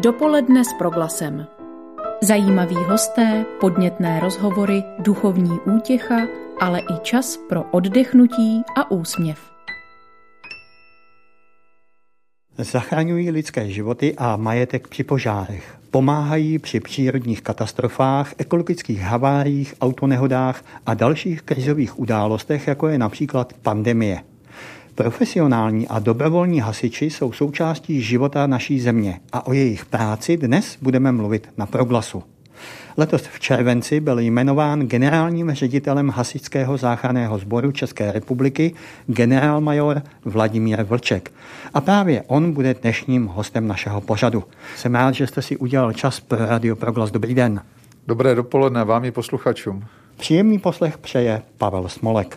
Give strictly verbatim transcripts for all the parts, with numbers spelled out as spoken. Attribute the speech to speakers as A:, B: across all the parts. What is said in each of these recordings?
A: Dopoledne s Proglasem. Zajímaví hosté, podnětné rozhovory, duchovní útěcha, ale i čas pro oddechnutí a úsměv.
B: Zachraňují lidské životy a majetek při požárech. Pomáhají při přírodních katastrofách, ekologických haváriích, autonehodách a dalších krizových událostech, jako je například pandemie. Profesionální a dobrovolní hasiči jsou součástí života naší země a o jejich práci dnes budeme mluvit na Proglasu. Letos v červenci byl jmenován generálním ředitelem Hasičského záchranného sboru České republiky generálmajor Vladimír Vlček. A právě on bude dnešním hostem našeho pořadu. Jsem rád, že jste si udělal čas pro Radio Proglas. Dobrý den.
C: Dobré dopoledne vám i posluchačům.
B: Příjemný poslech přeje Pavel Smolek.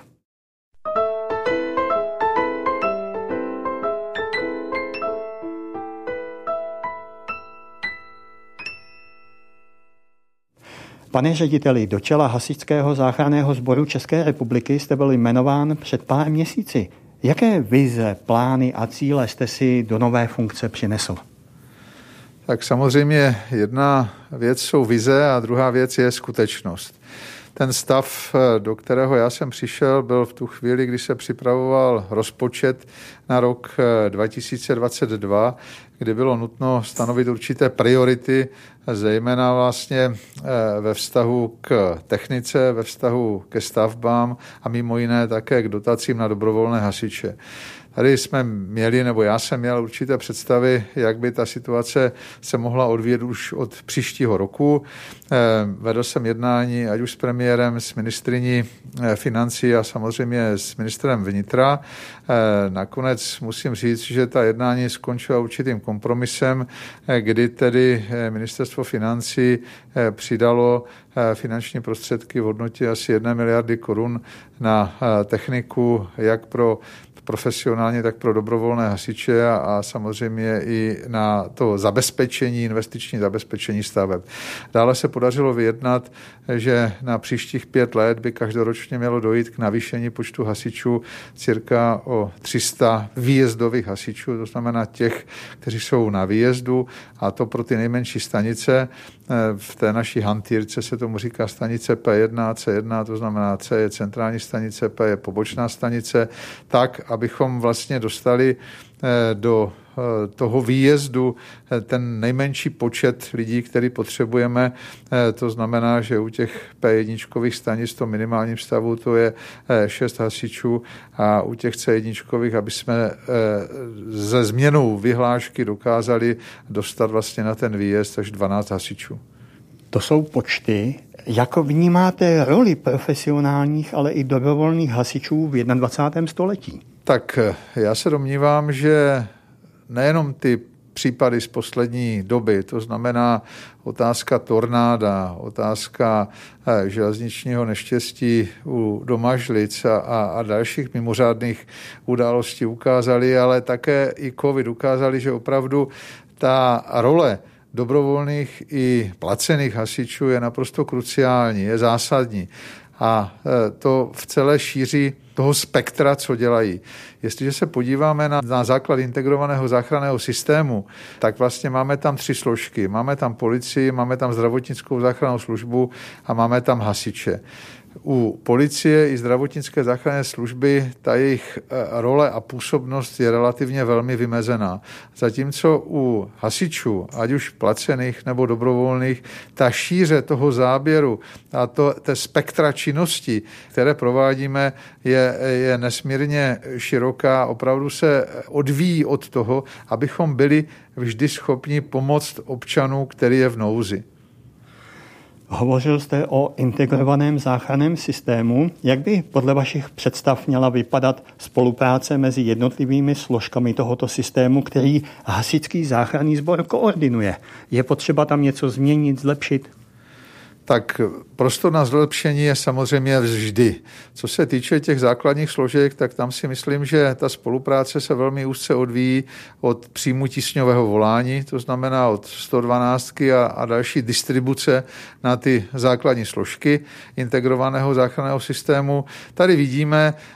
B: Pane řediteli, do čela Hasičského záchranného sboru České republiky jste byl jmenován před pár měsíci. Jaké vize, plány a cíle jste si do nové funkce přinesl?
C: Tak samozřejmě jedna věc jsou vize a druhá věc je skutečnost. Ten stav, do kterého já jsem přišel, byl v tu chvíli, kdy se připravoval rozpočet na rok dva tisíce dvacet dva, kdy bylo nutno stanovit určité priority, zejména vlastně ve vztahu k technice, ve vztahu ke stavbám a mimo jiné také k dotacím na dobrovolné hasiče. Tady jsme měli, nebo já jsem měl určité představy, jak by ta situace se mohla odvíjet už od příštího roku. Vedl jsem jednání ať už s premiérem, s ministryní financí a samozřejmě s ministrem vnitra. Nakonec musím říct, že ta jednání skončila určitým kompromisem, kdy tedy ministerstvo financí přidalo finanční prostředky v hodnotě asi jedné miliardy korun na techniku, jak pro profesionálně, tak pro dobrovolné hasiče a, a samozřejmě i na to zabezpečení, investiční zabezpečení staveb. Dále se podařilo vyjednat, že na příštích pět let by každoročně mělo dojít k navýšení počtu hasičů cirka o tři sta výjezdových hasičů, to znamená těch, kteří jsou na výjezdu, a to pro ty nejmenší stanice. V té naší hantýrce se tomu říká stanice P jedna, C jedna, to znamená C je centrální stanice, P je pobočná stanice, tak, abychom vlastně dostali do toho výjezdu ten nejmenší počet lidí, který potřebujeme. To znamená, že u těch P jedna stanic v tom minimálním stavu to je šest hasičů a u těch C jedna, aby jsme ze změnou vyhlášky dokázali dostat vlastně na ten výjezd až dvanáct hasičů.
B: To jsou počty. Jak vnímáte roli profesionálních, ale i dobrovolných hasičů v dvacátém prvním století?
C: Tak já se domnívám, že nejenom ty případy z poslední doby, to znamená otázka tornáda, otázka železničního neštěstí u Domažlic a, a, a dalších mimořádných událostí ukázaly, ale také i covid ukázali, že opravdu ta role dobrovolných i placených hasičů je naprosto kruciální, je zásadní. A to v celé šíři toho spektra, co dělají. Jestliže se podíváme na, na základ integrovaného záchranného systému, tak vlastně máme tam tři složky. Máme tam policii, máme tam zdravotnickou záchrannou službu a máme tam hasiče. U policie i zdravotnické záchranné služby ta jejich role a působnost je relativně velmi vymezená. Zatímco u hasičů, ať už placených nebo dobrovolných, ta šíře toho záběru a to, té spektra činností, které provádíme, je, je nesmírně široká. Opravdu se odvíjí od toho, abychom byli vždy schopni pomoct občanu, který je v nouzi.
B: Hovořil jste o integrovaném záchranném systému. Jak by podle vašich představ měla vypadat spolupráce mezi jednotlivými složkami tohoto systému, který Hasičský záchranný sbor koordinuje? Je potřeba tam něco změnit, zlepšit?
C: Tak prostor na zlepšení je samozřejmě vždy. Co se týče těch základních složek, tak tam si myslím, že ta spolupráce se velmi úzce odvíjí od příjmu tísňového volání, to znamená od sto dvanáct a, a další distribuce na ty základní složky integrovaného záchranného systému. Tady vidíme,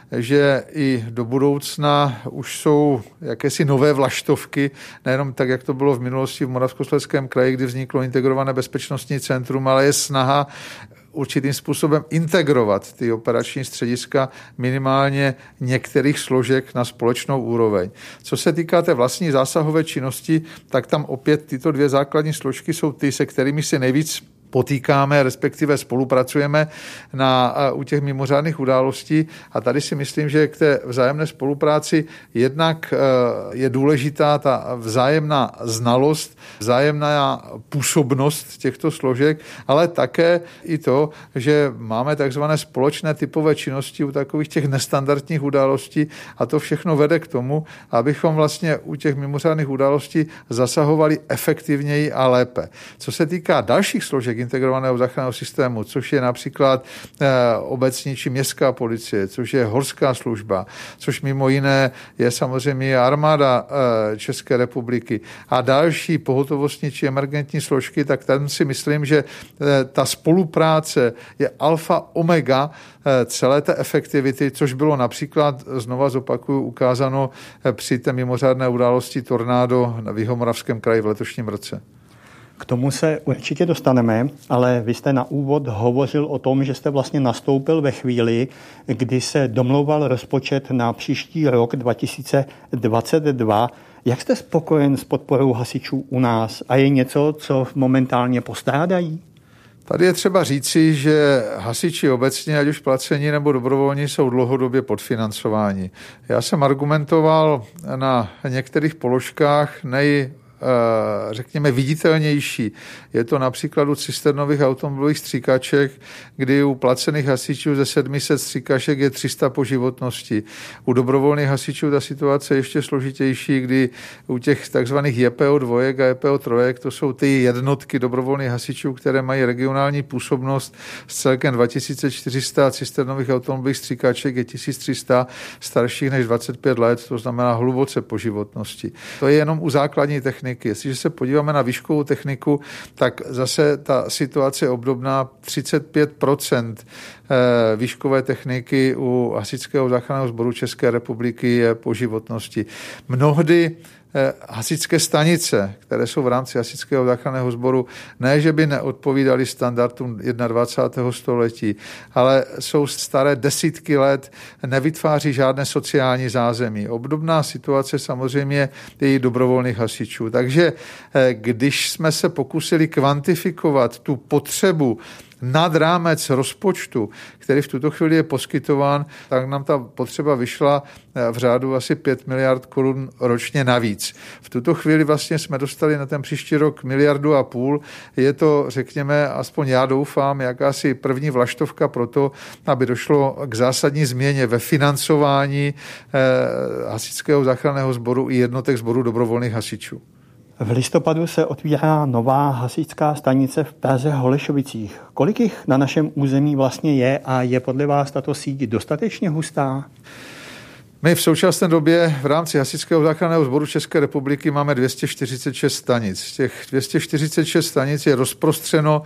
C: že i do budoucna už jsou jakési nové vlaštovky, nejenom tak, jak to bylo v minulosti v Moravskoslezském kraji, kdy vzniklo integrované bezpečnostní centrum, ale je snaha určitým způsobem integrovat ty operační střediska minimálně některých složek na společnou úroveň. Co se týká té vlastní zásahové činnosti, tak tam opět tyto dvě základní složky jsou ty, se kterými si nejvíc potýkáme, respektive spolupracujeme na, u těch mimořádných událostí a tady si myslím, že k té vzájemné spolupráci jednak je důležitá ta vzájemná znalost, vzájemná působnost těchto složek, ale také i to, že máme takzvané společné typové činnosti u takových těch nestandardních událostí a to všechno vede k tomu, abychom vlastně u těch mimořádných událostí zasahovali efektivněji a lépe. Co se týká dalších složek integrovaného záchranného systému, což je například eh, obecní či městská policie, což je horská služba, což mimo jiné je samozřejmě armáda eh, České republiky a další pohotovostní či emergentní složky, tak tam si myslím, že eh, ta spolupráce je alfa omega eh, celé té efektivity, což bylo například, znova zopakuju, ukázáno eh, při té mimořádné události tornádo v Jihomoravském kraji v letošním roce.
B: K tomu se určitě dostaneme, ale vy jste na úvod hovořil o tom, že jste vlastně nastoupil ve chvíli, kdy se domlouval rozpočet na příští rok dva tisíce dvacet dva. Jak jste spokojen s podporou hasičů u nás a je něco, co momentálně postrádají?
C: Tady je třeba říci, že hasiči obecně, ať už placení nebo dobrovolní, jsou dlouhodobě podfinancováni. Já jsem argumentoval na některých položkách nej řekněme viditelnější. Je to například u cisternových automobilových stříkaček, kdy u placených hasičů ze sedm set stříkaček je tři sta po životnosti. U dobrovolných hasičů ta situace je ještě složitější, kdy u těch takzvaných J P O dva a J P O tři, to jsou ty jednotky dobrovolných hasičů, které mají regionální působnost s celkem dva tisíce čtyři sta, cisternových automobilových stříkaček je tisíc tři sta starších než dvacet pět let, to znamená hluboce po životnosti. To je jenom u základní techniky. Jestliže se podíváme na výškovou techniku, tak zase ta situace je obdobná. třicet pět procent výškové techniky u hasičského záchranného sboru České republiky je po životnosti. Mnohdy hasičské stanice, které jsou v rámci hasičského záchranného sboru, ne, že by neodpovídaly standardům dvacátého prvního století, ale jsou staré desítky let, nevytváří žádné sociální zázemí. Obdobná situace samozřejmě je i dobrovolných hasičů. Takže když jsme se pokusili kvantifikovat tu potřebu nad rámec rozpočtu, který v tuto chvíli je poskytován, tak nám ta potřeba vyšla v řádu asi pět miliard korun ročně navíc. V tuto chvíli vlastně jsme dostali na ten příští rok miliardu a půl. Je to, řekněme, aspoň já doufám, jakási první vlaštovka pro to, aby došlo k zásadní změně ve financování eh, hasičského záchranného sboru i jednotek sboru dobrovolných hasičů.
B: V listopadu se otvírá nová hasičská stanice v Praze Holešovicích. Kolik jich na našem území vlastně je a je podle vás tato síť dostatečně hustá?
C: My v současné době v rámci hasičského záchranného sboru České republiky máme dvě stě čtyřicet šest stanic. Z těch dvě stě čtyřicet šest stanic je rozprostřeno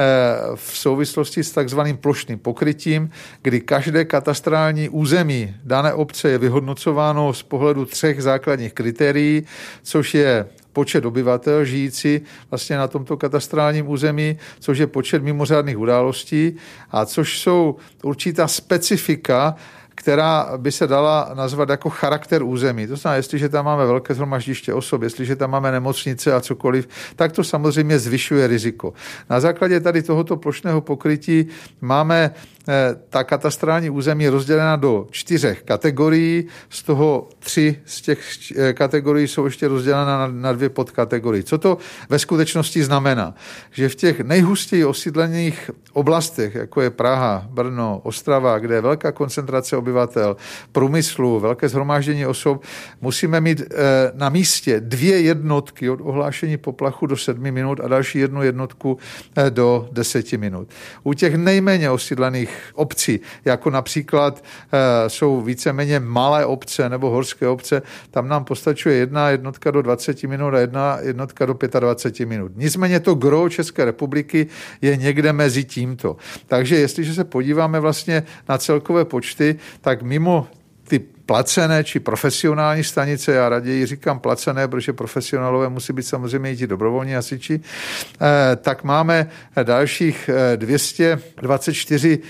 C: v souvislosti s takzvaným plošným pokrytím, kdy každé katastrální území dané obce je vyhodnocováno z pohledu třech základních kritérií, což je počet obyvatel žijící vlastně na tomto katastrálním území, což je počet mimořádných událostí a což jsou určitá specifika, která by se dala nazvat jako charakter území. To znamená, jestliže tam máme velké shromaždiště osob, jestliže tam máme nemocnice a cokoliv, tak to samozřejmě zvyšuje riziko. Na základě tady tohoto plošného pokrytí máme ta katastrální území rozdělena do čtyřech kategorií, z toho tři z těch kategorií jsou ještě rozdělena na, na dvě podkategorie. Co to ve skutečnosti znamená? Že v těch nejhustěji osídlených oblastech, jako je Praha, Brno, Ostrava, kde je velká koncentrace obyvatel, průmyslu, velké shromáždění osob, musíme mít na místě dvě jednotky od ohlášení poplachu do sedmi minut a další jednu jednotku do deseti minut. U těch nejméně osídlených obcí, jako například e, jsou víceméně malé obce nebo horské obce, tam nám postačuje jedna jednotka do dvaceti minut a jedna jednotka do dvaceti pěti minut. Nicméně to gros České republiky je někde mezi tímto. Takže jestliže se podíváme vlastně na celkové počty, tak mimo ty placené či profesionální stanice, já raději říkám placené, protože profesionálové musí být samozřejmě i ti dobrovolní hasiči, tak máme dalších dvě stě dvacet čtyři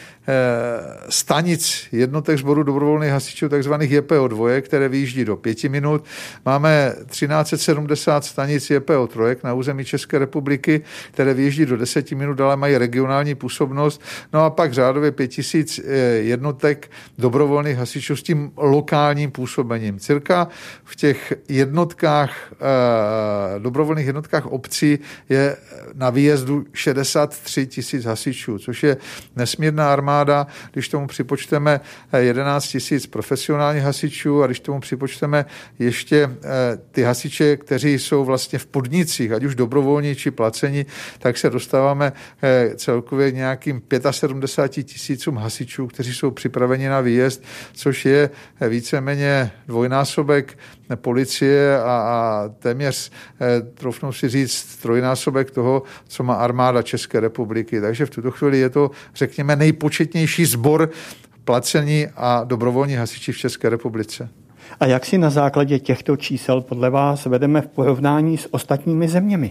C: stanic jednotek sboru dobrovolných hasičů, takzvaných J P O dva, které vyjíždí do pěti minut. Máme třináct set sedmdesát stanic J P O tři na území České republiky, které vyjíždí do deseti minut, ale mají regionální působnost. No a pak řádově pět tisíc jednotek dobrovolných hasičů s tím lokálním působením. Cirka v těch jednotkách, dobrovolných jednotkách obcí je na výjezdu šedesát tři tisíc hasičů, což je nesmírná armáda. Když tomu připočteme jedenáct tisíc profesionálních hasičů a když tomu připočteme ještě ty hasiče, kteří jsou vlastně v podnicích, ať už dobrovolní či placení, tak se dostáváme celkově nějakým sedmdesáti pěti tisícům hasičů, kteří jsou připraveni na výjezd, což je víceméně dvojnásobek policie a, a téměř, troufnu si říct, trojnásobek toho, co má armáda České republiky. Takže v tuto chvíli je to, řekněme, nejpočetnější sbor placení a dobrovolní hasiči v České republice.
B: A jak si na základě těchto čísel podle vás vedeme v porovnání s ostatními zeměmi?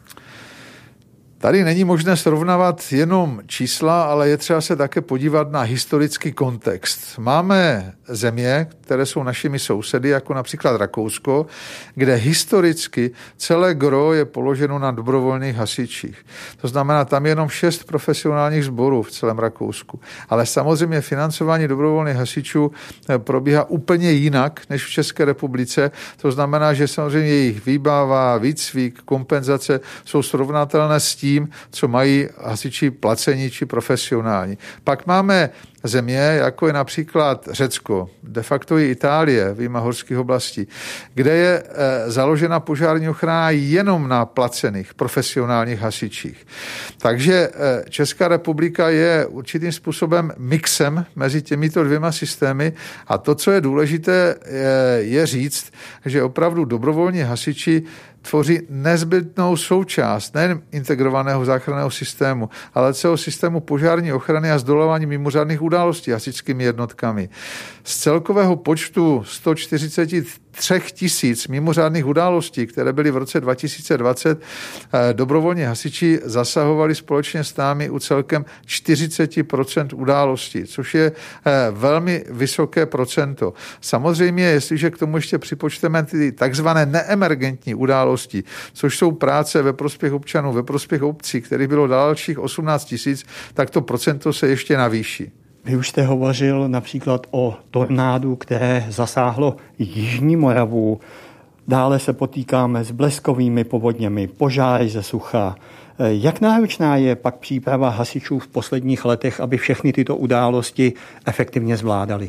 C: Tady není možné srovnávat jenom čísla, ale je třeba se také podívat na historický kontext. Máme země, které jsou našimi sousedy, jako například Rakousko, kde historicky celé gro je položeno na dobrovolných hasičích. To znamená, tam je jenom šest profesionálních sborů v celém Rakousku. Ale samozřejmě financování dobrovolných hasičů probíhá úplně jinak než v České republice. To znamená, že samozřejmě jejich výbava, výcvik, kompenzace jsou srovnatelné s tím, co mají hasiči placení či profesionální. Pak máme země, jako je například Řecko, de facto i Itálie, vyjma horských oblastí, kde je e, založena požární ochrana jenom na placených profesionálních hasičích. Takže e, Česká republika je určitým způsobem mixem mezi těmito dvěma systémy a to, co je důležité, je, je říct, že opravdu dobrovolní hasiči tvoří nezbytnou součást nejen integrovaného záchranného systému, ale celého systému požární ochrany a zdolování mimořádných událostí hasičskými jednotkami. Z celkového počtu sto čtyřicet tři tisíc mimořádných událostí, které byly v roce dva tisíce dvacet, dobrovolní hasiči zasahovali společně s námi u celkem čtyřicet procent událostí, což je velmi vysoké procento. Samozřejmě, jestliže k tomu ještě připočteme ty takzvané neemergentní události, což jsou práce ve prospěch občanů, ve prospěch obcí, kterých bylo dalších osmnáct tisíc, tak to procento se ještě navýší.
B: Vy už jste hovořil například o tornádu, které zasáhlo jižní Moravu. Dále se potýkáme s bleskovými povodněmi, požáry ze sucha. Jak náročná je pak příprava hasičů v posledních letech, aby všechny tyto události efektivně zvládali?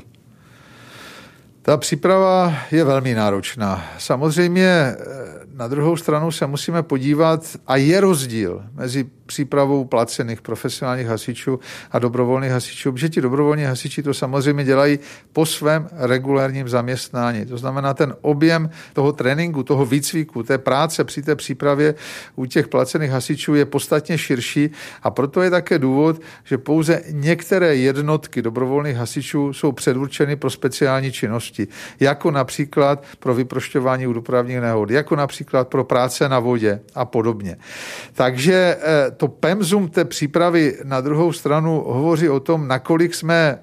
C: Ta příprava je velmi náročná. Samozřejmě na druhou stranu se musíme podívat, a je rozdíl mezi přípravou placených profesionálních hasičů a dobrovolných hasičů, protože ti dobrovolní hasiči to samozřejmě dělají po svém regulárním zaměstnání. To znamená, ten objem toho tréninku, toho výcviku, té práce při té přípravě u těch placených hasičů je podstatně širší a proto je také důvod, že pouze některé jednotky dobrovolných hasičů jsou předurčeny pro speciální činnosti, jako například pro vyprošťování u dopravních nehod, jako například pro práce na vodě a podobně. Takže to pemzum té přípravy na druhou stranu hovoří o tom, nakolik jsme,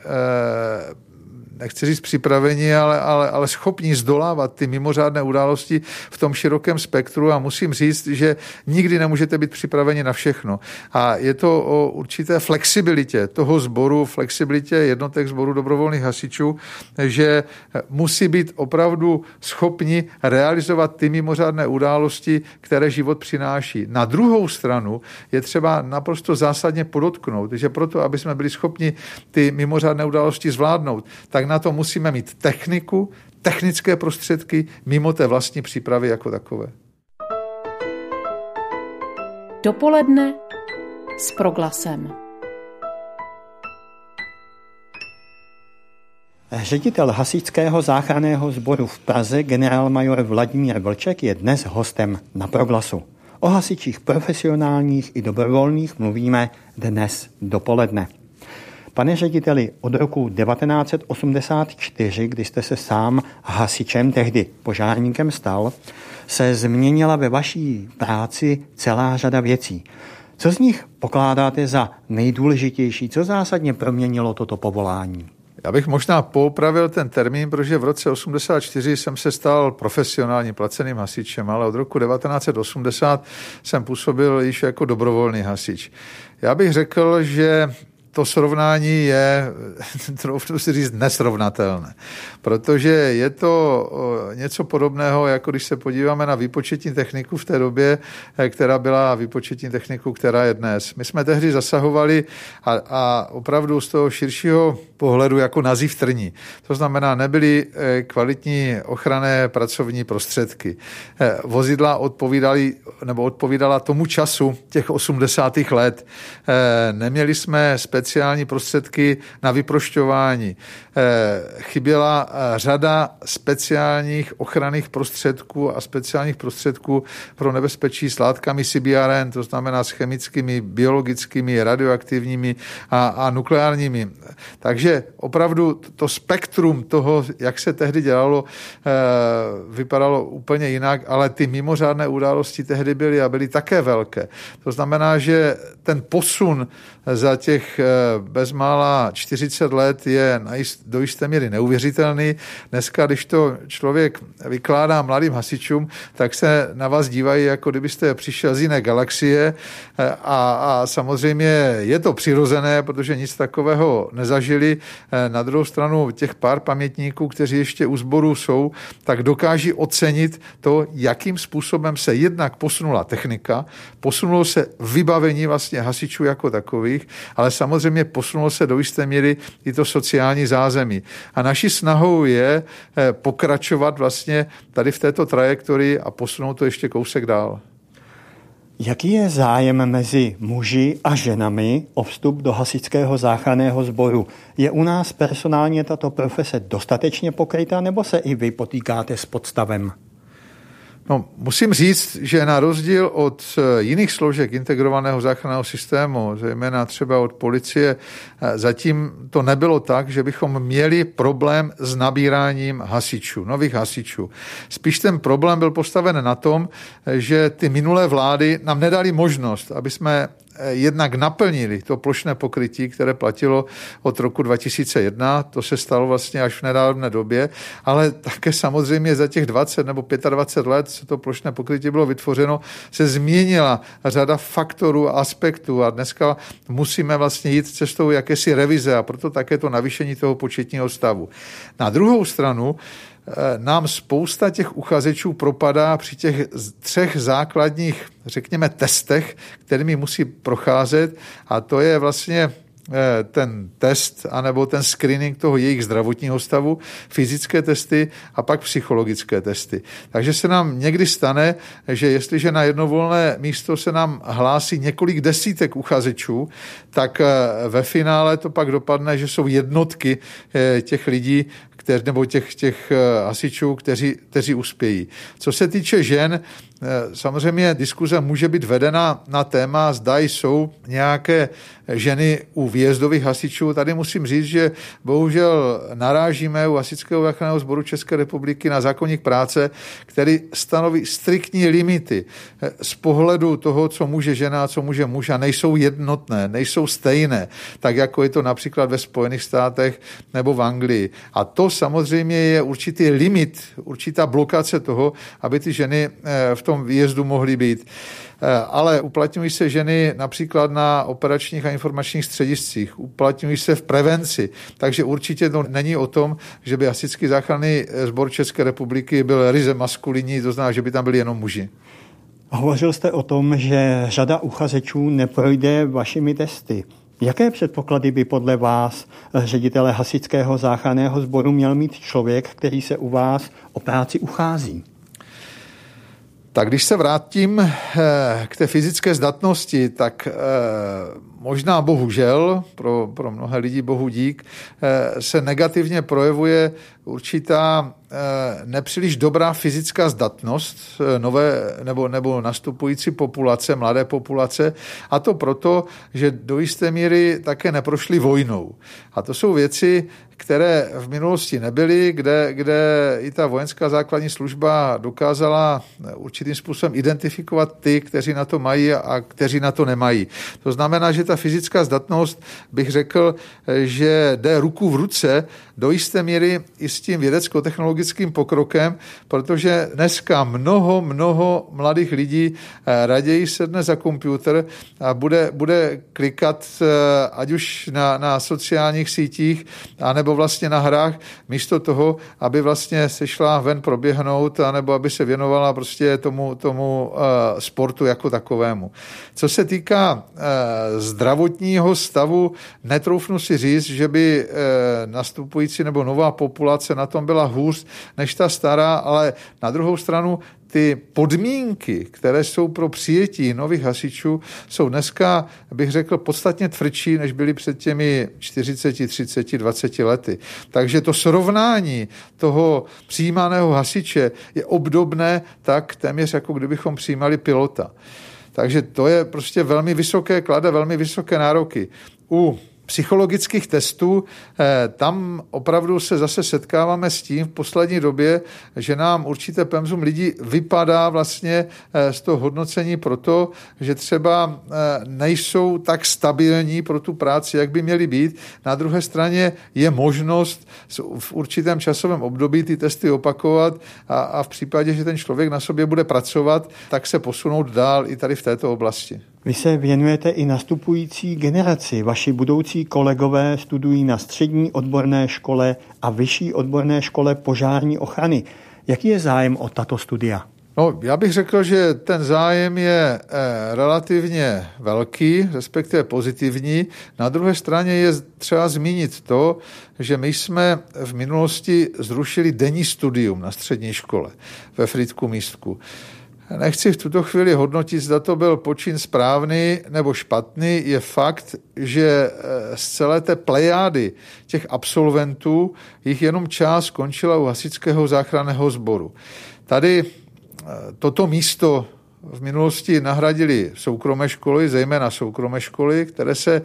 C: nechci říct připraveni, ale, ale, ale schopni zdolávat ty mimořádné události v tom širokém spektru a musím říct, že nikdy nemůžete být připraveni na všechno. A je to o určité flexibilitě toho sboru, flexibilitě jednotek sboru dobrovolných hasičů, že musí být opravdu schopni realizovat ty mimořádné události, které život přináší. Na druhou stranu je třeba naprosto zásadně podotknout, že proto, aby jsme byli schopni ty mimořádné události zvládnout, tak na to musíme mít techniku, technické prostředky mimo té vlastní přípravy jako takové.
A: Dopoledne s Proglasem.
B: Ředitel hasičského záchranného sboru v Praze generálmajor Vladimír Vlček je dnes hostem na Proglasu. O hasičích profesionálních i dobrovolných mluvíme dnes dopoledne. Pane řediteli, od roku devatenáct set osmdesát čtyři, kdy jste se sám hasičem, tehdy požárníkem stal, se změnila ve vaší práci celá řada věcí. Co z nich pokládáte za nejdůležitější? Co zásadně proměnilo toto povolání?
C: Já bych možná poopravil ten termín, protože v roce osmdesát čtyři jsem se stal profesionálním placeným hasičem, ale od roku devatenáct set osmdesát jsem působil již jako dobrovolný hasič. Já bych řekl, že to srovnání je, troufnu si říct, nesrovnatelné, protože je to něco podobného, jako když se podíváme na výpočetní techniku v té době, která byla výpočetní techniku, která je dnes. My jsme tehdy zasahovali a, a opravdu z toho širšího pohledu jako nazív trní. To znamená, nebyly kvalitní ochranné pracovní prostředky. Vozidla odpovídaly, nebo odpovídala tomu času těch osmdesátých let. Neměli jsme speciální prostředky na vyprošťování. Chyběla řada speciálních ochranných prostředků a speciálních prostředků pro nebezpečí s látkami C B R N, to znamená s chemickými, biologickými, radioaktivními a, a nukleárními. Takže opravdu to spektrum toho, jak se tehdy dělalo, vypadalo úplně jinak, ale ty mimořádné události tehdy byly a byly také velké. To znamená, že ten posun za těch bezmála čtyřicet let je do jisté míry neuvěřitelný. Dneska, když to člověk vykládá mladým hasičům, tak se na vás dívají, jako kdybyste přišel z jiné galaxie a, a samozřejmě je to přirozené, protože nic takového nezažili. Na druhou stranu těch pár pamětníků, kteří ještě u sboru jsou, tak dokáží ocenit to, jakým způsobem se jednak posunula technika, posunulo se vybavení vlastně hasičů jako takových, ale samozřejmě posunulo se do jisté míry i to sociální zázemí. A naší snahou je pokračovat vlastně tady v této trajektorii a posunout to ještě kousek dál.
B: Jaký je zájem mezi muži a ženami o vstup do hasičského záchranného sboru? Je u nás personálně tato profese dostatečně pokrytá, nebo se i vy potýkáte s podstavem?
C: No, musím říct, že na rozdíl od jiných složek integrovaného záchranného systému, zejména třeba od policie, zatím to nebylo tak, že bychom měli problém s nabíráním hasičů, nových hasičů. Spíš ten problém byl postaven na tom, že ty minulé vlády nám nedali možnost, aby jsme jednak naplnili to plošné pokrytí, které platilo od roku dva tisíce jedna, to se stalo vlastně až v nedávné době, ale také samozřejmě za těch dvacet nebo dvacet pět let, co to plošné pokrytí bylo vytvořeno, se změnila řada faktorů a aspektů a dneska musíme vlastně jít cestou jakési revize a proto také to navýšení toho početního stavu. Na druhou stranu nám spousta těch uchazečů propadá při těch třech základních, řekněme, testech, kterými musí procházet, a to je vlastně ten test anebo ten screening toho jejich zdravotního stavu, fyzické testy a pak psychologické testy. Takže se nám někdy stane, že jestliže na jedno volné místo se nám hlásí několik desítek uchazečů, tak ve finále to pak dopadne, že jsou jednotky těch lidí, kteř, nebo těch, těch hasičů, kteří, kteří uspějí. Co se týče žen, samozřejmě diskuze může být vedena na téma, zda jsou nějaké ženy u výjezdových hasičů. Tady musím říct, že bohužel narážíme u Hasičského záchranného sboru České republiky na zákoník práce, který stanoví striktní limity z pohledu toho, co může žena a co může muž, a nejsou jednotné, nejsou stejné, tak jako je to například ve Spojených státech nebo v Anglii. A to samozřejmě je určitý limit, určitá blokace toho, aby ty ženy v tom výjezdu mohly být. Ale uplatňují se ženy například na operačních a informačních střediscích, uplatňují se v prevenci, takže určitě to není o tom, že by Hasičský záchranný sbor České republiky byl ryze maskulinní, to znamená, že by tam byli jenom muži.
B: Hovořil jste o tom, že řada uchazečů neprojde vašimi testy. Jaké předpoklady by podle vás, ředitele Hasičského záchranného sboru, měl mít člověk, který se u vás o práci uchází?
C: Tak když se vrátím k té fyzické zdatnosti, tak možná bohužel, pro, pro mnohé lidi bohu dík, se negativně projevuje určitá nepříliš dobrá fyzická zdatnost nové nebo, nebo nastupující populace, mladé populace, a to proto, že do jisté míry také neprošly vojnou. A to jsou věci, které v minulosti nebyly, kde, kde i ta vojenská základní služba dokázala určitým způsobem identifikovat ty, kteří na to mají a kteří na to nemají. To znamená, že ta fyzická zdatnost, bych řekl, že jde ruku v ruce do jisté míry i s tím vědecko-technologickým pokrokem, protože dneska mnoho, mnoho mladých lidí raději sedne za počítač a bude, bude klikat ať už na, na sociálních sítích, anebo vlastně na hrách, místo toho, aby vlastně se šla ven proběhnout, anebo aby se věnovala prostě tomu, tomu uh, sportu jako takovému. Co se týká uh, zdravotního stavu, netroufnu si říct, že by uh, nastupující nebo nová populace na tom byla hůř než ta stará, ale na druhou stranu ty podmínky, které jsou pro přijetí nových hasičů, jsou dneska, bych řekl, podstatně tvrdší, než byly před těmi čtyřiceti, třiceti, dvaceti lety. Takže to srovnání toho přijímaného hasiče je obdobné tak téměř, jako kdybychom přijímali pilota. Takže to je prostě velmi vysoké, klade velmi vysoké nároky. U psychologických testů, tam opravdu se zase setkáváme s tím v poslední době, že nám určité penzum lidí vypadá vlastně z toho hodnocení proto, že třeba nejsou tak stabilní pro tu práci, jak by měly být. Na druhé straně je možnost v určitém časovém období ty testy opakovat a, a v případě, že ten člověk na sobě bude pracovat, tak se posunout dál i tady v této oblasti.
B: Vy se věnujete i nastupující generaci. Vaši budoucí kolegové studují na střední odborné škole a vyšší odborné škole požární ochrany. Jaký je zájem o tato studia?
C: No, já bych řekl, že ten zájem je eh, relativně velký, respektive pozitivní. Na druhé straně je třeba zmínit to, že my jsme v minulosti zrušili denní studium na střední škole ve Frýdku Místku. Nechci v tuto chvíli hodnotit, zda to byl počin správný nebo špatný. Je fakt, že z celé té plejády těch absolventů jich jenom část skončila u hasičského záchranného sboru. Tady toto místo v minulosti nahradili soukromé školy, zejména soukromé školy, které se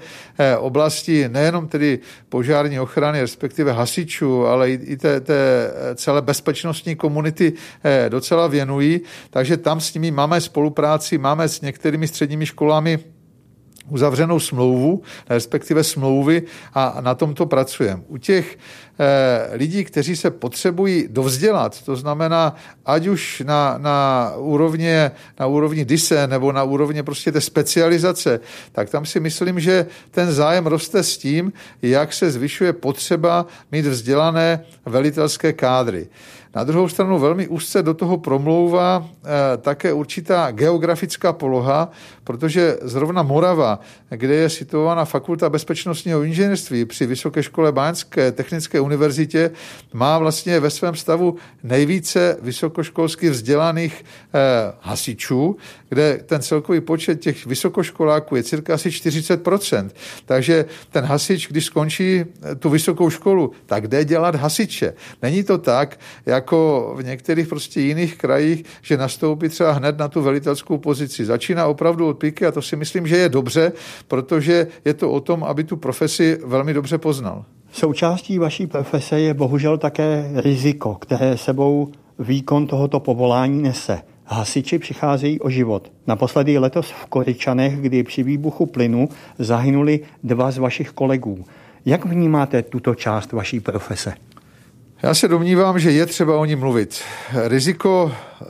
C: oblasti nejenom tedy požární ochrany, respektive hasičů, ale i té, té celé bezpečnostní komunity docela věnují. Takže tam s nimi máme spolupráci, máme s některými středními školami uzavřenou smlouvu, respektive smlouvy a na tomto pracujeme. U těch eh, lidí, kteří se potřebují dovzdělat, to znamená, ať už na, na, úrovně, na úrovni D I S E nebo na úrovni prostě té specializace, tak tam si myslím, že ten zájem roste s tím, jak se zvyšuje potřeba mít vzdělané velitelské kádry. Na druhou stranu velmi úzce do toho promlouvá e, také určitá geografická poloha, protože zrovna Morava, kde je situována Fakulta bezpečnostního inženýrství při Vysoké škole Báňské technické univerzitě, má vlastně ve svém stavu nejvíce vysokoškolsky vzdělaných e, hasičů, kde ten celkový počet těch vysokoškoláků je cirka asi čtyřicet procent. Takže ten hasič, když skončí tu vysokou školu, tak jde dělat hasiče. Není to tak, jako v některých prostě jiných krajích, že nastoupí třeba hned na tu velitelskou pozici. Začíná opravdu od píky a to si myslím, že je dobře, protože je to o tom, aby tu profesi velmi dobře poznal.
B: Součástí vaší profese je bohužel také riziko, které sebou výkon tohoto povolání nese. Hasiči přicházejí o život. Naposledy letos v Koryčanech, kdy při výbuchu plynu zahynuli dva z vašich kolegů. Jak vnímáte tuto část vaší profese?
C: Já se domnívám, že je třeba o ní mluvit. Riziko e,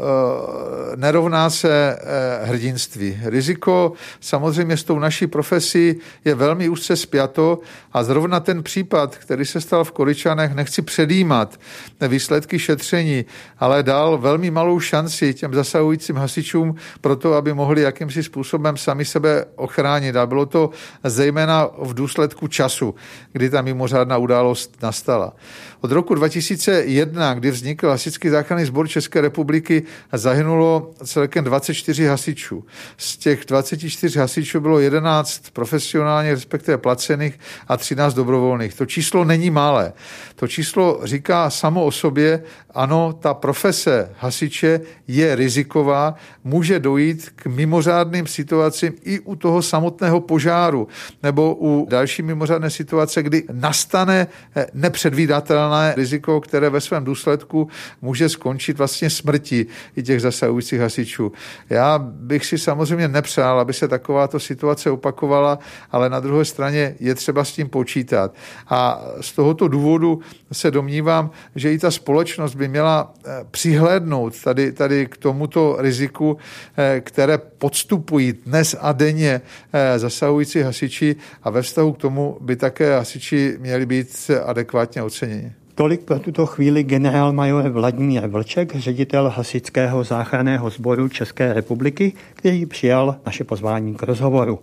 C: nerovná se e, hrdinství. Riziko samozřejmě s tou naší profesí je velmi úzce spjato a zrovna ten případ, který se stal v Koryčanech, nechci předjímat výsledky šetření, ale dal velmi malou šanci těm zasahujícím hasičům pro to, aby mohli jakýmsi způsobem sami sebe ochránit. A bylo to zejména v důsledku času, kdy ta mimořádná událost nastala. Od roku dva tisíce jedna, kdy vznikl Hasičský záchranný sbor České republiky, tragédii zahynulo celkem dvacet čtyři hasičů. Z těch dvacet čtyři hasičů bylo jedenáct profesionálně, respektive placených a třináct dobrovolných. To číslo není malé. To číslo říká samo o sobě, ano, ta profese hasiče je riziková, může dojít k mimořádným situacím i u toho samotného požáru nebo u další mimořádné situace, kdy nastane nepředvídatelné riziko, které ve svém důsledku může skončit vlastně smrtí i těch zasahujících hasičů. Já bych si samozřejmě nepřál, aby se takováto situace opakovala, ale na druhé straně je třeba s tím počítat. A z tohoto důvodu se domnívám, že i ta společnost by měla přihlédnout tady, tady k tomuto riziku, které podstupují dnes a denně zasahující hasiči, a ve vztahu k tomu by také hasiči měli být adekvátně oceněni.
B: Tolik pro tuto chvíli generálmajor Vladimír Vlček, ředitel Hasičského záchranného sboru České republiky, který přijal naše pozvání k rozhovoru.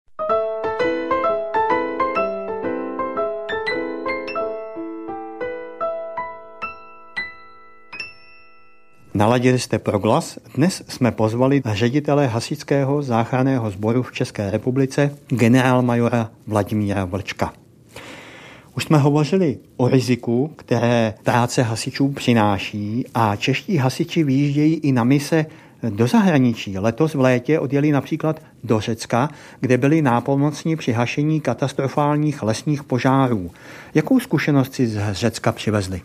B: Naladili jste Proglas. Dnes jsme pozvali ředitele Hasičského záchranného sboru v České republice, generálmajora Vladimíra Vlčka. Už jsme hovořili o riziku, které práce hasičů přináší, a čeští hasiči vyjíždějí i na mise do zahraničí. Letos v létě odjeli například do Řecka, kde byli nápomocni při hašení katastrofálních lesních požárů. Jakou zkušenost si z Řecka přivezli?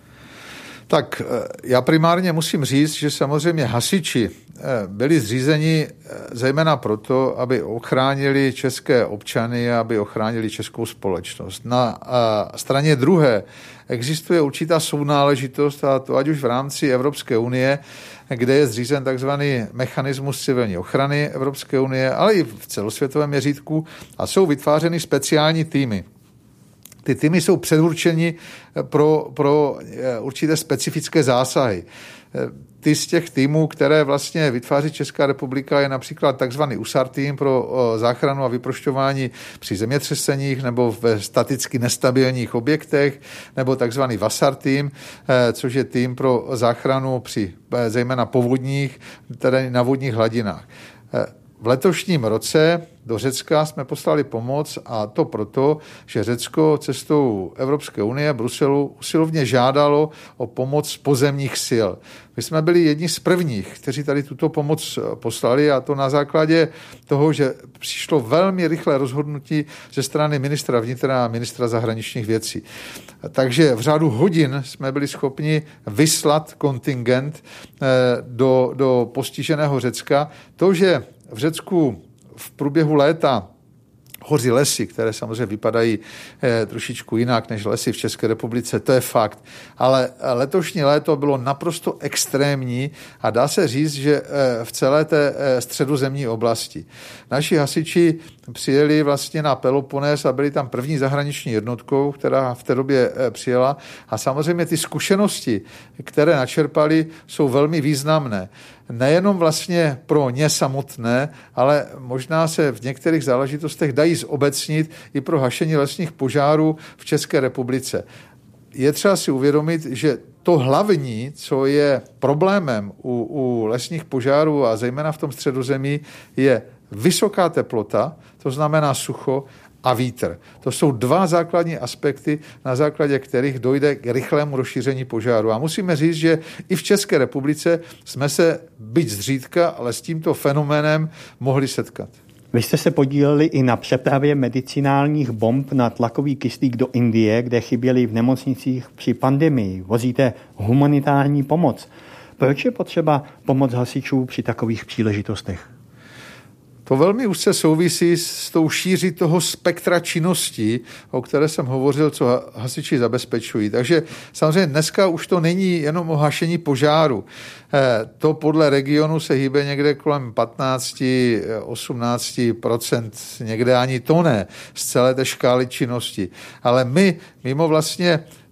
C: Tak já primárně musím říct, že samozřejmě hasiči byli zřízeni zejména proto, aby ochránili české občany a aby ochránili českou společnost. Na straně druhé existuje určitá sounáležitost, a to ať už v rámci Evropské unie, kde je zřízen takzvaný mechanismus civilní ochrany Evropské unie, ale i v celosvětovém měřítku, a jsou vytvářeny speciální týmy. Ty týmy jsou předurčeni pro, pro určité specifické zásahy. Ty z těch týmů, které vlastně vytváří Česká republika, je například takzvaný U S A R tým pro záchranu a vyprošťování při zemětřeseních nebo ve staticky nestabilních objektech, nebo takzvaný V A S A R tým, což je tým pro záchranu při zejména povodních, tedy na vodních hladinách. V letošním roce do Řecka jsme poslali pomoc, a to proto, že Řecko cestou Evropské unie, Bruselu, usilovně žádalo o pomoc z pozemních sil. My jsme byli jedni z prvních, kteří tady tuto pomoc poslali, a to na základě toho, že přišlo velmi rychlé rozhodnutí ze strany ministra vnitra a ministra zahraničních věcí. Takže v řádu hodin jsme byli schopni vyslat kontingent do, do postiženého Řecka. To, že v Řecku v průběhu léta hoří lesy, které samozřejmě vypadají eh, trošičku jinak než lesy v České republice, to je fakt. Ale letošní léto bylo naprosto extrémní a dá se říct, že eh, v celé té eh, středozemní oblasti. Naši hasiči přijeli vlastně na Peloponés a byli tam první zahraniční jednotkou, která v té době eh, přijela, a samozřejmě ty zkušenosti, které načerpali, jsou velmi významné. Nejenom vlastně pro ně samotné, ale možná se v některých záležitostech dají zobecnit i pro hašení lesních požárů v České republice. Je třeba si uvědomit, že to hlavní, co je problémem u, u lesních požárů a zejména v tom středozemí, je vysoká teplota, to znamená sucho, a vítr. To jsou dva základní aspekty, na základě kterých dojde k rychlému rozšíření požáru. A musíme říct, že i v České republice jsme se, byť zřídka, ale s tímto fenoménem mohli setkat.
B: Vy jste se podíleli i na přepravě medicinálních bomb na tlakový kyslík do Indie, kde chyběly v nemocnicích při pandemii. Vozíte humanitární pomoc. Proč je potřeba pomoc hasičů při takových příležitostech?
C: To velmi úzce souvisí s tou šíří toho spektra činností, o které jsem hovořil, co hasiči zabezpečují. Takže samozřejmě dneska už to není jenom o hašení požáru. To podle regionu se hýbe někde kolem patnáct až osmnáct procent, někde ani to ne, z celé té škály činnosti. Ale my mimo vlastně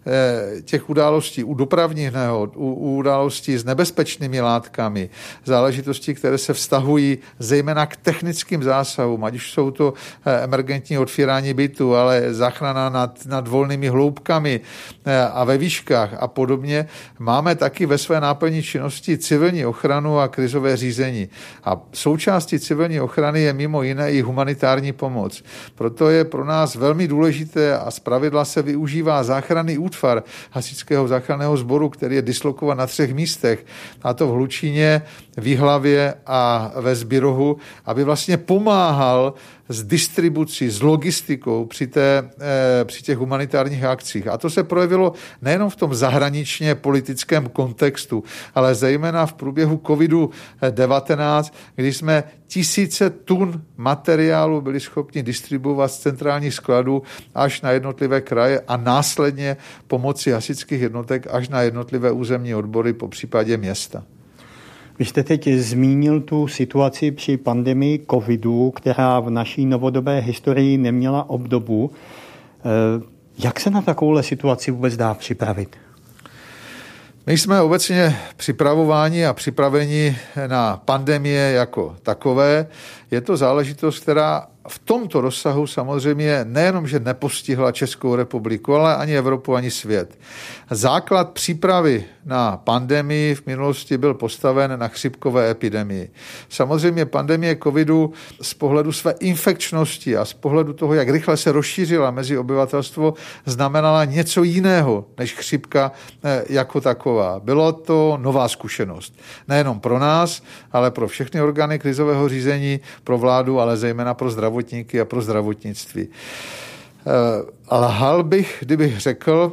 C: těch událostí, u dopravních nehod, u, u událostí s nebezpečnými látkami, záležitosti, které se vztahují zejména k technickým zásahům, ať už jsou to emergentní otvírání bytu, ale záchrana nad, nad volnými hloubkami a ve výškách a podobně, máme taky ve své náplni činnosti civilní ochranu a krizové řízení. A součástí civilní ochrany je mimo jiné i humanitární pomoc. Proto je pro nás velmi důležité a zpravidla se využívá záchranný útvar Hasičského záchranného sboru, který je dislokovan na třech místech, a to v Hlučíně, v Jihlavě a ve Zbirohu, aby vlastně pomáhal s distribucí, s logistikou při, té, při těch humanitárních akcích. A to se projevilo nejenom v tom zahraničně politickém kontextu, ale zejména v průběhu kovidu devatenáct, kdy jsme tisíce tun materiálu byli schopni distribuovat z centrálních skladů až na jednotlivé kraje a následně pomocí hasičských jednotek až na jednotlivé územní odbory, po případě města.
B: Vy jste teď zmínil tu situaci při pandemii covidu, která v naší novodobé historii neměla obdobu. Jak se na takovouhle situaci vůbec dá připravit?
C: My jsme obecně připravováni a připraveni na pandemie jako takové. Je to záležitost, která v tomto rozsahu samozřejmě nejenom, že nepostihla Českou republiku, ale ani Evropu, ani svět. Základ přípravy na pandemii v minulosti byl postaven na chřipkové epidemii. Samozřejmě pandemie covidu z pohledu své infekčnosti a z pohledu toho, jak rychle se rozšířila mezi obyvatelstvo, znamenala něco jiného než chřipka jako taková. Bylo to nová zkušenost. Nejenom pro nás, ale pro všechny orgány krizového řízení, pro vládu, ale zejména pro zdravotníky a pro zdravotnictví. Lhal bych, kdybych řekl,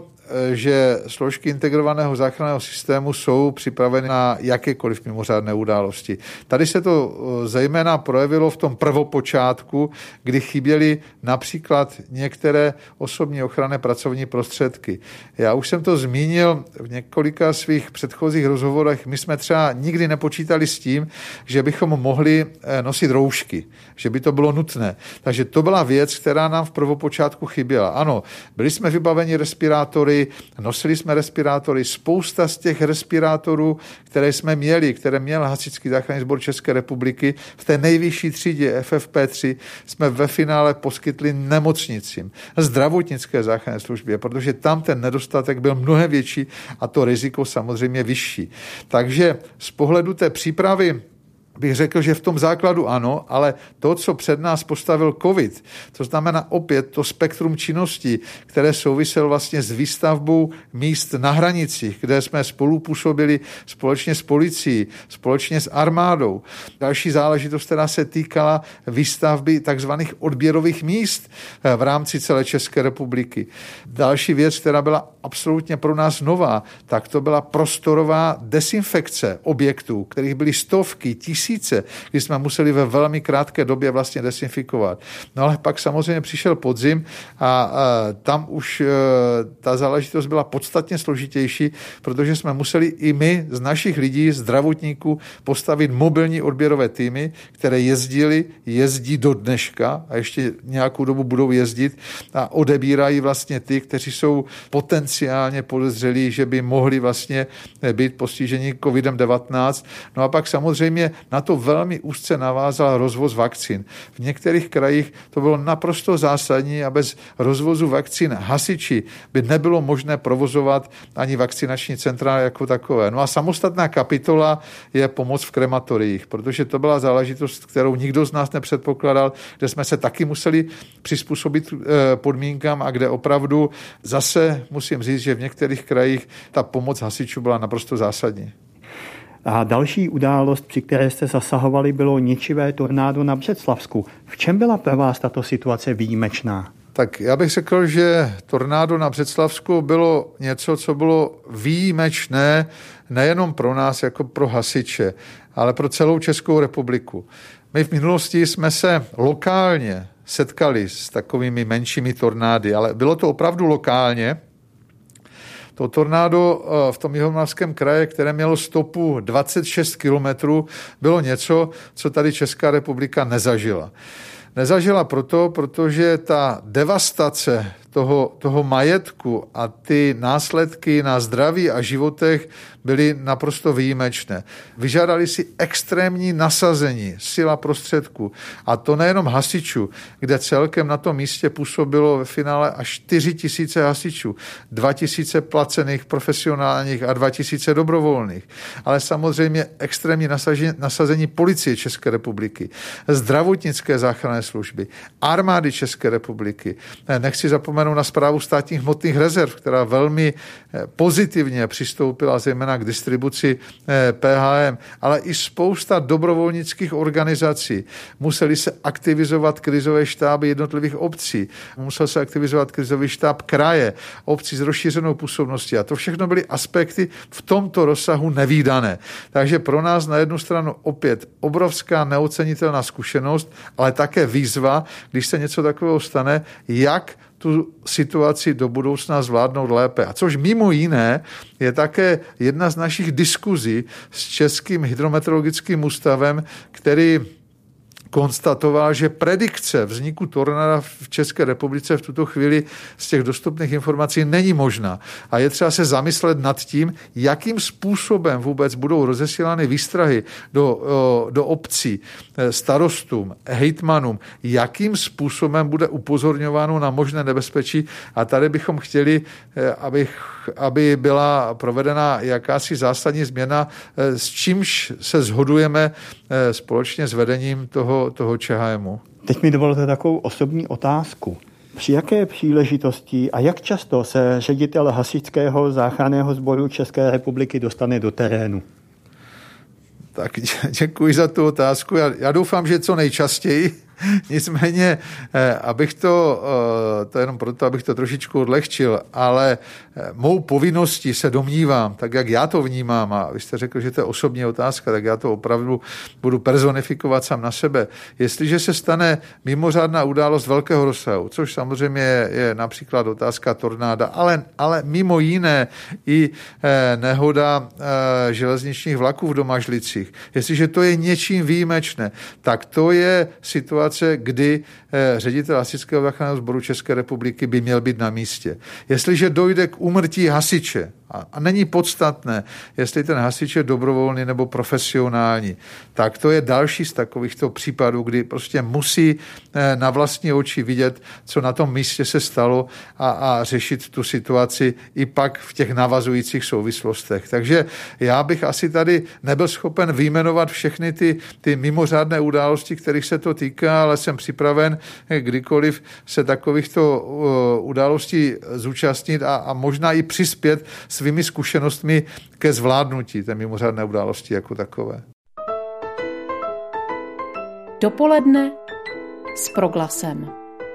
C: že složky integrovaného záchranného systému jsou připraveny na jakékoliv mimořádné události. Tady se to zejména projevilo v tom prvopočátku, kdy chyběly například některé osobní ochranné pracovní prostředky. Já už jsem to zmínil v několika svých předchozích rozhovorech. My jsme třeba nikdy nepočítali s tím, že bychom mohli nosit roušky, že by to bylo nutné. Takže to byla věc, která nám v prvopočátku chyběla. Ano, byli jsme vybaveni respirátory, nosili jsme respirátory, spousta z těch respirátorů, které jsme měli, které měl Hasičský záchranný sbor České republiky, v té nejvyšší třídě F F P tři jsme ve finále poskytli nemocnicím, zdravotnické záchranné službě, protože tam ten nedostatek byl mnohem větší a to riziko samozřejmě vyšší. Takže z pohledu té přípravy bych řekl, že v tom základu ano, ale to, co před nás postavil covid, to znamená opět to spektrum činností, které souviselo vlastně s výstavbou míst na hranicích, kde jsme spolupůsobili společně s policií, společně s armádou. Další záležitost, která se týkala výstavby takzvaných odběrových míst v rámci celé České republiky. Další věc, která byla absolutně pro nás nová, tak to byla prostorová desinfekce objektů, kterých byly stovky, tisíce, kdy jsme museli ve velmi krátké době vlastně desinfikovat. No ale pak samozřejmě přišel podzim a, a tam už e, ta záležitost byla podstatně složitější, protože jsme museli i my z našich lidí, zdravotníků, postavit mobilní odběrové týmy, které jezdili, jezdí do dneška a ještě nějakou dobu budou jezdit a odebírají vlastně ty, kteří jsou potenciálně podezřelí, že by mohli vlastně být postiženi covidem devatenáct. No a pak samozřejmě na to velmi úzce navázal rozvoz vakcín. V některých krajích to bylo naprosto zásadní a bez rozvozu vakcín hasiči by nebylo možné provozovat ani vakcinační centra jako takové. No a samostatná kapitola je pomoc v krematoriích, protože to byla záležitost, kterou nikdo z nás nepředpokládal, kde jsme se taky museli přizpůsobit podmínkám a kde opravdu zase musím říct, že v některých krajích ta pomoc hasičů byla naprosto zásadní.
B: A další událost, při které jste zasahovali, bylo ničivé tornádo na Břeclavsku. V čem byla pro vás tato situace výjimečná?
C: Tak já bych řekl, že tornádo na Břeclavsku bylo něco, co bylo výjimečné nejenom pro nás jako pro hasiče, ale pro celou Českou republiku. My v minulosti jsme se lokálně setkali s takovými menšími tornády, ale bylo to opravdu lokálně. To tornádo v tom Jihomoravském kraji, které mělo stopu dvacet šest kilometrů, bylo něco, co tady Česká republika nezažila. Nezažila proto, protože ta devastace toho, toho majetku a ty následky na zdraví a životech byly naprosto výjimečné. Vyžádali si extrémní nasazení, sila prostředků. A to nejenom hasičů, kde celkem na tom místě působilo ve finále až čtyři tisíce hasičů, dva tisíce placených profesionálních a dva tisíce dobrovolných. Ale samozřejmě extrémní nasazení, nasazení policie České republiky, zdravotnické záchranné služby, armády České republiky. Nechci zapomenout na Správu státních hmotných rezerv, která velmi pozitivně přistoupila zejména k distribuci P H M, ale i spousta dobrovolnických organizací. Museli se aktivizovat krizové štáby jednotlivých obcí, musel se aktivizovat krizový štáb kraje, obcí s rozšířenou působností a to všechno byly aspekty v tomto rozsahu nevídané. Takže pro nás na jednu stranu opět obrovská neocenitelná zkušenost, ale také výzva, když se něco takového stane, jak tu situaci do budoucna zvládnout lépe. A což mimo jiné je také jedna z našich diskuzí s Českým hydrometeorologickým ústavem, který konstatoval, že predikce vzniku tornáda v České republice v tuto chvíli z těch dostupných informací není možná. A je třeba se zamyslet nad tím, jakým způsobem vůbec budou rozesílány výstrahy do, do obcí, starostům, hejtmanům, jakým způsobem bude upozorňováno na možné nebezpečí. A tady bychom chtěli, aby, aby byla provedena jakási zásadní změna, s čímž se shodujeme společně s vedením toho, toho Č H M U.
B: Teď mi dovolte takovou osobní otázku. Při jaké příležitosti a jak často se ředitel Hasičského záchranného sboru České republiky dostane do terénu?
C: Tak děkuji za tu otázku. Já, já doufám, že co nejčastěji. Nicméně, abych to, to jenom proto, abych to trošičku odlehčil, ale mou povinností se domnívám, tak jak já to vnímám, a vy jste řekl, že to je osobní otázka, tak já to opravdu budu personifikovat sám na sebe. Jestliže se stane mimořádná událost velkého rozsahu, což samozřejmě je, je například otázka tornáda, ale, ale mimo jiné i nehoda železničních vlaků v Domažlicích, jestliže to je něčím výjimečné, tak to je situace, kdy ředitel Hasičského záchranného sboru České republiky by měl být na místě. Jestliže dojde k úmrtí hasiče, a není podstatné, jestli ten hasič je dobrovolný nebo profesionální, tak to je další z takovýchto případů, kdy prostě musí na vlastní oči vidět, co na tom místě se stalo a, a řešit tu situaci i pak v těch navazujících souvislostech. Takže já bych asi tady nebyl schopen vyjmenovat všechny ty, ty mimořádné události, kterých se to týká, ale jsem připraven kdykoliv se takovýchto událostí zúčastnit a, a možná i přispět svými zkušenostmi ke zvládnutí té mimořádné události jako takové.
A: Dopoledne s Proglasem.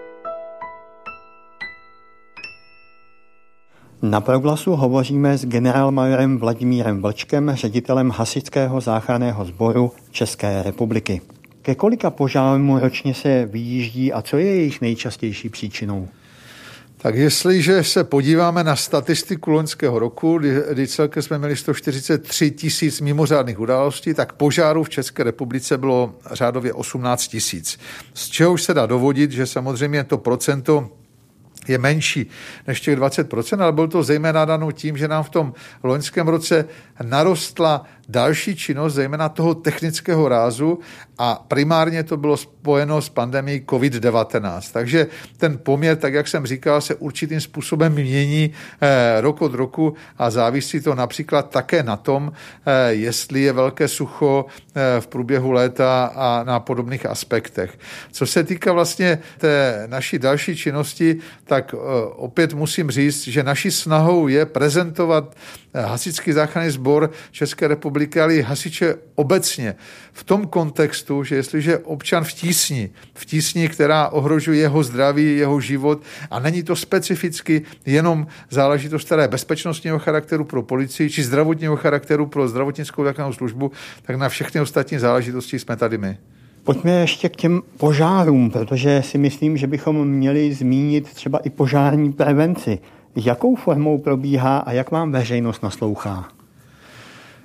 B: Na Proglasu hovoříme s generálmajorem Vladimírem Vlčkem, ředitelem Hasičského záchranného sboru České republiky. Ke kolika požárům ročně se vyjíždí a co je jejich nejčastější příčinou?
C: Tak jestliže se podíváme na statistiku loňského roku, kdy celkem jsme měli sto čtyřicet tři tisíc mimořádných událostí, tak požárů v České republice bylo řádově osmnáct tisíc. Z čehož se dá dovodit, že samozřejmě to procento je menší než těch dvacet procent, ale bylo to zejména dáno tím, že nám v tom loňském roce narostla další činnost, zejména toho technického rázu a primárně to bylo spojeno s pandemií covid devatenáct. Takže ten poměr, tak jak jsem říkal, se určitým způsobem mění eh, rok od roku a závisí to například také na tom, eh, jestli je velké sucho eh, v průběhu léta a na podobných aspektech. Co se týká vlastně té naší další činnosti, tak eh, opět musím říct, že naší snahou je prezentovat Hasičský záchranný sbor České republiky, ale i hasiče obecně v tom kontextu, že jestliže občan v tísni, v tísni, která ohrožuje jeho zdraví, jeho život a není to specificky jenom záležitost, která je bezpečnostního charakteru pro policii či zdravotního charakteru pro zdravotnickou záchrannou službu, tak na všechny ostatní záležitosti jsme tady my.
B: Pojďme ještě k těm požárům, protože si myslím, že bychom měli zmínit třeba i požární prevenci. Jakou formou probíhá a jak vám veřejnost naslouchá?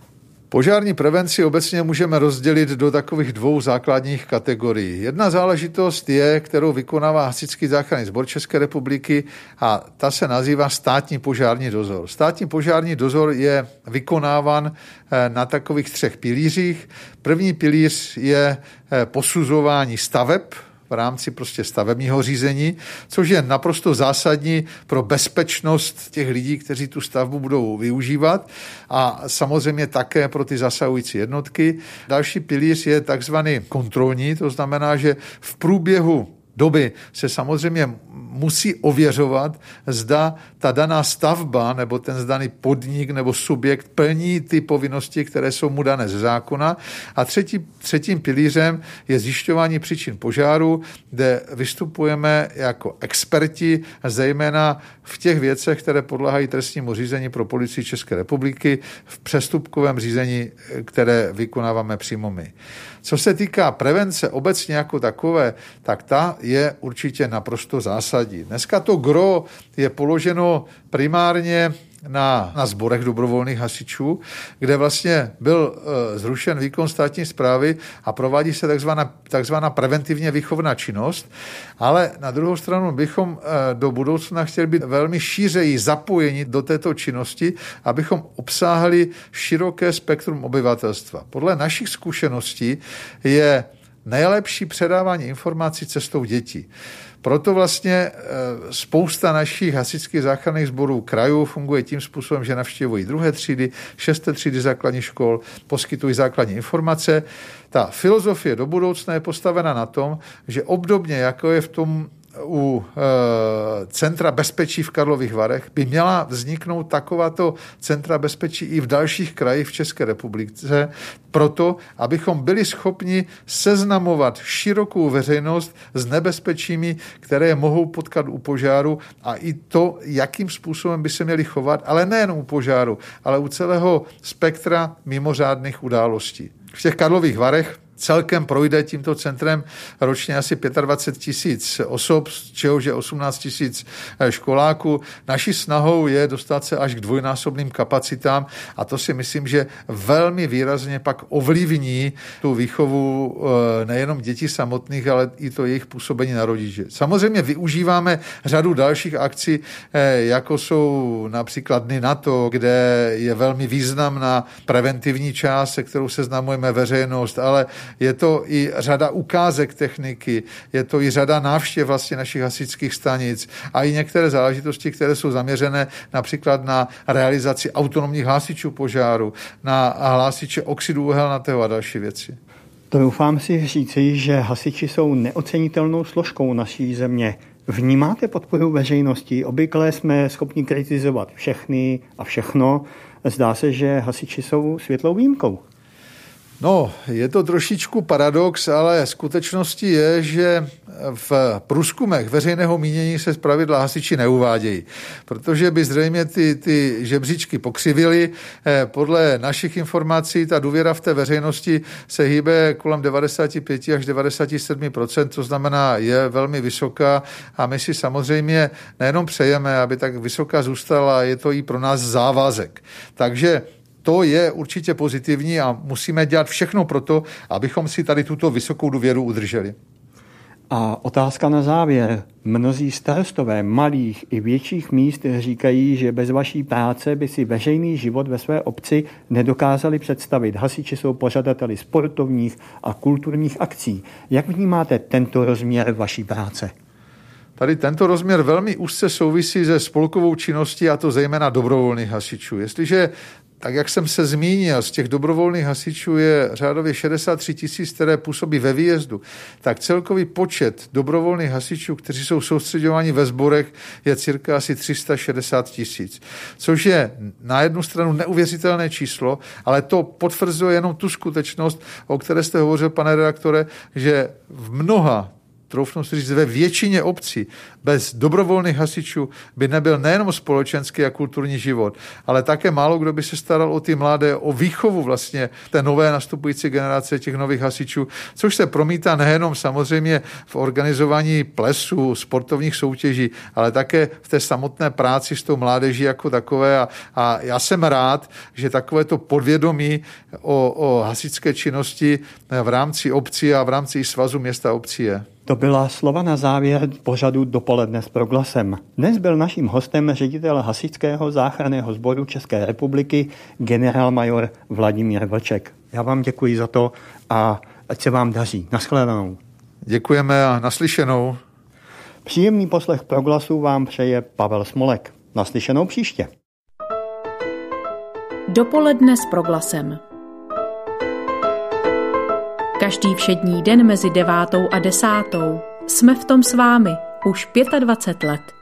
C: Požární prevenci obecně můžeme rozdělit do takových dvou základních kategorií. Jedna záležitost je, kterou vykonává Hasičský záchranný sbor České republiky a ta se nazývá státní požární dozor. Státní požární dozor je vykonáván na takových třech pilířích. První pilíř je posuzování staveb v rámci prostě stavebního řízení, což je naprosto zásadní pro bezpečnost těch lidí, kteří tu stavbu budou využívat a samozřejmě také pro ty zasahující jednotky. Další pilíř je takzvaný kontrolní, to znamená, že v průběhu doby se samozřejmě musí ověřovat, zda ta daná stavba nebo ten daný podnik nebo subjekt plní ty povinnosti, které jsou mu dané ze zákona. A třetí, třetím pilířem je zjišťování příčin požáru, kde vystupujeme jako experti, zejména v těch věcech, které podléhají trestnímu řízení pro Policii České republiky, v přestupkovém řízení, které vykonáváme přímo my. Co se týká prevence obecně jako takové, tak ta je určitě naprosto zásadní. Dneska to gro je položeno primárně na, na sborech dobrovolných hasičů, kde vlastně byl e, zrušen výkon státní správy a provádí se takzvaná, takzvaná preventivně výchovná činnost, ale na druhou stranu bychom e, do budoucna chtěli být velmi šířeji zapojeni do této činnosti, abychom obsáhli široké spektrum obyvatelstva. Podle našich zkušeností je nejlepší předávání informací cestou dětí. Proto vlastně spousta našich hasičských záchranných sborů krajů funguje tím způsobem, že navštěvují druhé třídy, šesté třídy základních škol, poskytují základní informace. Ta filozofie do budoucna je postavena na tom, že obdobně, jako je v tom u e, centra bezpečí v Karlových Varech, by měla vzniknout takováto centra bezpečí i v dalších krajích v České republice, proto, abychom byli schopni seznamovat širokou veřejnost s nebezpečími, které mohou potkat u požáru a i to, jakým způsobem by se měli chovat, ale nejen u požáru, ale u celého spektra mimořádných událostí. V těch Karlových Varech celkem projde tímto centrem ročně asi dvacet pět tisíc osob, z čehož je osmnáct tisíc školáků. Naší snahou je dostat se až k dvojnásobným kapacitám a to si myslím, že velmi výrazně pak ovlivní tu výchovu nejenom dětí samotných, ale i to jejich působení na rodiče. Samozřejmě využíváme řadu dalších akcí, jako jsou například Dny NATO, kde je velmi významná preventivní část, se kterou seznamujeme veřejnost, ale je to i řada ukázek techniky, je to i řada návštěv vlastně našich hasičských stanic a i některé záležitosti, které jsou zaměřené například na realizaci autonomních hlásičů požáru, na hlásiče oxidu uhelnatého a další věci.
B: Doufám si říci, že hasiči jsou neocenitelnou složkou naší země. Vnímáte podporu veřejnosti? Obvykle jsme schopni kritizovat všechny a všechno. Zdá se, že hasiči jsou světlou výjimkou.
C: No, je to trošičku paradox, ale skutečností je, že v průzkumech veřejného mínění se zpravidla hasiči neuvádějí, protože by zřejmě ty, ty žebříčky pokřivily. Podle našich informací ta důvěra v té veřejnosti se hýbe kolem devadesát pět až devadesát sedm procent, to znamená, je velmi vysoká a my si samozřejmě nejenom přejeme, aby tak vysoká zůstala, je to i pro nás závazek. Takže to je určitě pozitivní a musíme dělat všechno pro to, abychom si tady tuto vysokou důvěru udrželi.
B: A otázka na závěr. Mnozí starostové malých i větších míst říkají, že bez vaší práce by si veřejný život ve své obci nedokázali představit. Hasiči jsou pořadateli sportovních a kulturních akcí. Jak vnímáte tento rozměr vaší práce?
C: Tady tento rozměr velmi úzce souvisí se spolkovou činností, a to zejména dobrovolných hasičů. Jestliže, tak jak jsem se zmínil, z těch dobrovolných hasičů je řádově šedesát tři tisíc, které působí ve výjezdu, tak celkový počet dobrovolných hasičů, kteří jsou soustředováni ve sborech, je cirka asi tři sta šedesát tisíc. Což je na jednu stranu neuvěřitelné číslo, ale to potvrzuje jenom tu skutečnost, o které jste hovořil, pane redaktore, že v mnoha troufnu si říct, ve většině obcí bez dobrovolných hasičů by nebyl nejenom společenský a kulturní život, ale také málo kdo by se staral o ty mladé, o výchovu vlastně té nové nastupující generace těch nových hasičů, což se promítá nejenom samozřejmě v organizování plesů, sportovních soutěží, ale také v té samotné práci s tou mládeží jako takové. A, a já jsem rád, že takovéto podvědomí o, o hasičské činnosti v rámci obcí a v rámci svazu města obcí je.
B: To byla slova na závěr pořadu Dopoledne s Proglasem. Dnes byl naším hostem ředitel Hasičského záchranného sboru České republiky generálmajor Vladimír Vlček. Já vám děkuji za to a ať se vám daří. Naschledanou.
C: Děkujeme a naslyšenou.
B: Příjemný poslech Proglasu vám přeje Pavel Smolek. Naslyšenou příště.
A: Dopoledne s Proglasem. Každý všední den mezi devátou a desátou jsme v tom s vámi už dvacet pět let.